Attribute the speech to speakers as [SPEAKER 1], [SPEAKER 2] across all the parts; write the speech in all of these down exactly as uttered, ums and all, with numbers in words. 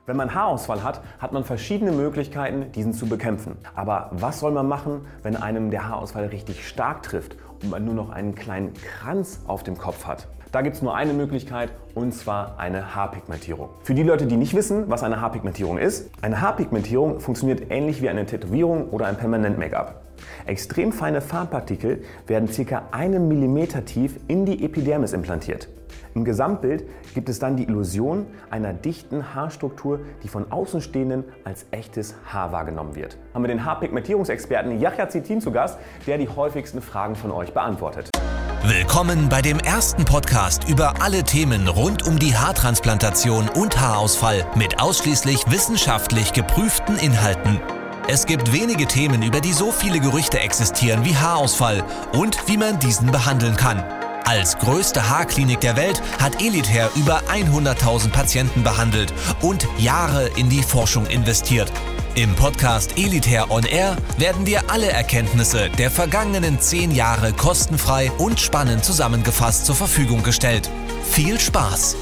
[SPEAKER 1] Wenn man Haarausfall hat, hat man verschiedene Möglichkeiten, diesen zu bekämpfen. Aber was soll man machen, wenn einem der Haarausfall richtig stark trifft und man nur noch einen kleinen Kranz auf dem Kopf hat? Da gibt es nur eine Möglichkeit, und zwar eine Haarpigmentierung. Für die Leute, die nicht wissen, was eine Haarpigmentierung ist: Eine Haarpigmentierung funktioniert ähnlich wie eine Tätowierung oder ein Permanent-Make-up. Extrem feine Farbpartikel werden ca. einen Millimeter tief in die Epidermis implantiert. Im Gesamtbild gibt es dann die Illusion einer dichten Haarstruktur, die von Außenstehenden als echtes Haar wahrgenommen wird. Haben wir den Haarpigmentierungsexperten Yahya Zeytin zu Gast, der die häufigsten Fragen von euch beantwortet.
[SPEAKER 2] Willkommen bei dem ersten Podcast über alle Themen rund um die Haartransplantation und Haarausfall mit ausschließlich wissenschaftlich geprüften Inhalten. Es gibt wenige Themen, über die so viele Gerüchte existieren wie Haarausfall und wie man diesen behandeln kann. Als größte Haarklinik der Welt hat Elitair über hunderttausend Patienten behandelt und Jahre in die Forschung investiert. Im Podcast Elitair On Air werden dir alle Erkenntnisse der vergangenen zehn Jahre kostenfrei und spannend zusammengefasst zur Verfügung gestellt. Viel Spaß!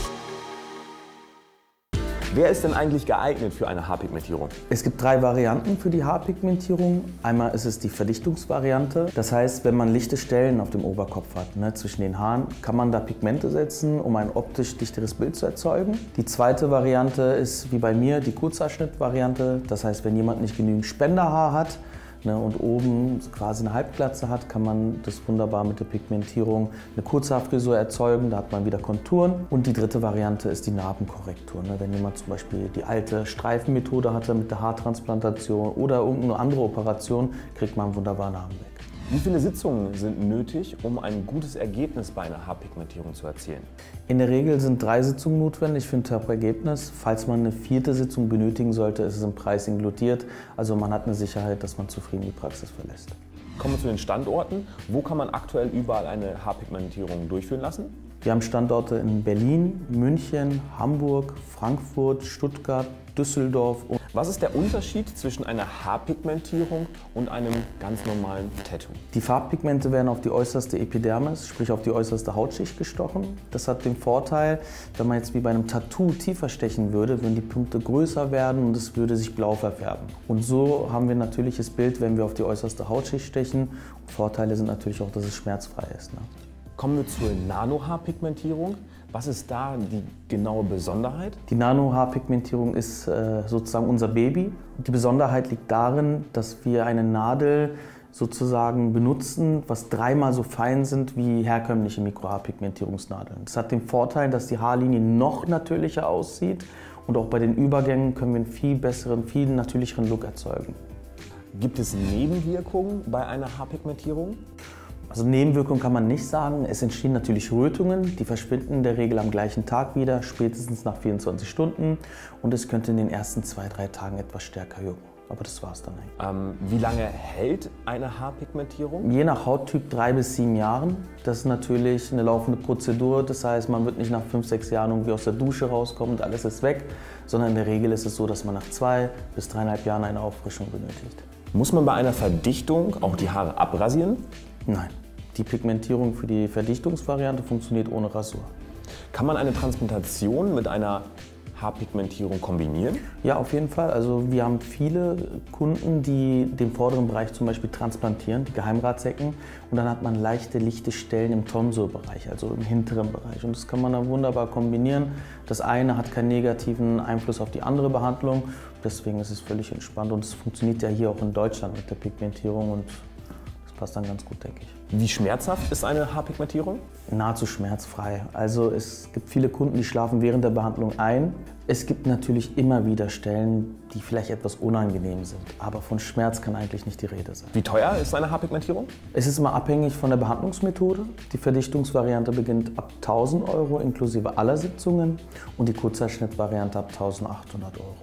[SPEAKER 1] Wer ist denn eigentlich geeignet für eine Haarpigmentierung?
[SPEAKER 3] Es gibt drei Varianten für die Haarpigmentierung. Einmal ist es die Verdichtungsvariante. Das heißt, wenn man lichte Stellen auf dem Oberkopf hat, ne, zwischen den Haaren, kann man da Pigmente setzen, um ein optisch dichteres Bild zu erzeugen. Die zweite Variante ist, wie bei mir, die Kurzhaarschnittvariante. Das heißt, wenn jemand nicht genügend Spenderhaar hat, ne, und oben quasi eine Halbglatze hat, kann man das wunderbar mit der Pigmentierung eine Kurzhaarfrisur erzeugen. Da hat man wieder Konturen. Und die dritte Variante ist die Narbenkorrektur. Ne, wenn jemand zum Beispiel die alte Streifenmethode hatte mit der Haartransplantation oder irgendeine andere Operation, kriegt man wunderbar Narben weg.
[SPEAKER 1] Wie viele Sitzungen sind nötig, um ein gutes Ergebnis bei einer Haarpigmentierung zu erzielen?
[SPEAKER 3] In der Regel sind drei Sitzungen notwendig für ein Top-Ergebnis. Falls man eine vierte Sitzung benötigen sollte, ist es im Preis inkludiert. Also man hat eine Sicherheit, dass man zufrieden die Praxis verlässt.
[SPEAKER 1] Kommen wir zu den Standorten. Wo kann man aktuell überall eine Haarpigmentierung durchführen lassen?
[SPEAKER 3] Wir haben Standorte in Berlin, München, Hamburg, Frankfurt, Stuttgart, Düsseldorf.
[SPEAKER 1] Was ist der Unterschied zwischen einer Haarpigmentierung und einem ganz normalen Tattoo?
[SPEAKER 3] Die Farbpigmente werden auf die äußerste Epidermis, sprich auf die äußerste Hautschicht gestochen. Das hat den Vorteil, wenn man jetzt wie bei einem Tattoo tiefer stechen würde, würden die Punkte größer werden und es würde sich blau verfärben. Und so haben wir ein natürliches Bild, wenn wir auf die äußerste Hautschicht stechen. Und Vorteile sind natürlich auch, dass es schmerzfrei ist. Ne?
[SPEAKER 1] Kommen wir zur Nanohaarpigmentierung. Was ist da die genaue Besonderheit?
[SPEAKER 3] Die Nanohaarpigmentierung ist äh, sozusagen unser Baby. Die Besonderheit liegt darin, dass wir eine Nadel sozusagen benutzen, was dreimal so fein sind wie herkömmliche Mikrohaarpigmentierungsnadeln. Das hat den Vorteil, dass die Haarlinie noch natürlicher aussieht und auch bei den Übergängen können wir einen viel besseren, viel natürlicheren Look erzeugen.
[SPEAKER 1] Gibt es Nebenwirkungen bei einer Haarpigmentierung?
[SPEAKER 3] Also Nebenwirkungen kann man nicht sagen. Es entstehen natürlich Rötungen, die verschwinden in der Regel am gleichen Tag wieder, spätestens nach vierundzwanzig Stunden. Und es könnte in den ersten zwei, drei Tagen etwas stärker jucken. Aber das war es dann eigentlich.
[SPEAKER 1] Ähm, wie lange hält eine Haarpigmentierung?
[SPEAKER 3] Je nach Hauttyp drei bis sieben Jahren. Das ist natürlich eine laufende Prozedur. Das heißt, man wird nicht nach fünf, sechs Jahren irgendwie aus der Dusche rauskommen und alles ist weg. Sondern in der Regel ist es so, dass man nach zwei bis dreieinhalb Jahren eine Auffrischung benötigt.
[SPEAKER 1] Muss man bei einer Verdichtung auch die Haare abrasieren?
[SPEAKER 3] Nein. Die Pigmentierung für die Verdichtungsvariante funktioniert ohne Rasur.
[SPEAKER 1] Kann man eine Transplantation mit einer Haarpigmentierung kombinieren?
[SPEAKER 3] Ja, auf jeden Fall. Also wir haben viele Kunden, die den vorderen Bereich zum Beispiel transplantieren, die Geheimratsecken. Und dann hat man leichte, lichte Stellen im Tonsurbereich, also im hinteren Bereich. Und das kann man dann wunderbar kombinieren. Das eine hat keinen negativen Einfluss auf die andere Behandlung. Deswegen ist es völlig entspannt. Und es funktioniert ja hier auch in Deutschland mit der Pigmentierung. Und passt dann ganz gut, denke ich.
[SPEAKER 1] Wie schmerzhaft ist eine Haarpigmentierung?
[SPEAKER 3] Nahezu schmerzfrei. Also es gibt viele Kunden, die schlafen während der Behandlung ein. Es gibt natürlich immer wieder Stellen, die vielleicht etwas unangenehm sind. Aber von Schmerz kann eigentlich nicht die Rede sein.
[SPEAKER 1] Wie teuer ist eine Haarpigmentierung?
[SPEAKER 3] Es ist immer abhängig von der Behandlungsmethode. Die Verdichtungsvariante beginnt ab tausend Euro inklusive aller Sitzungen und die Kurzhaarschnittvariante ab eintausendachthundert Euro.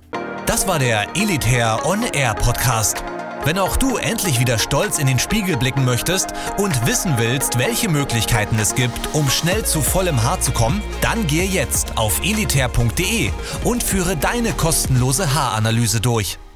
[SPEAKER 2] Das war der Elitair On Air Podcast. Wenn auch du endlich wieder stolz in den Spiegel blicken möchtest und wissen willst, welche Möglichkeiten es gibt, um schnell zu vollem Haar zu kommen, dann gehe jetzt auf elitair punkt de und führe deine kostenlose Haaranalyse durch.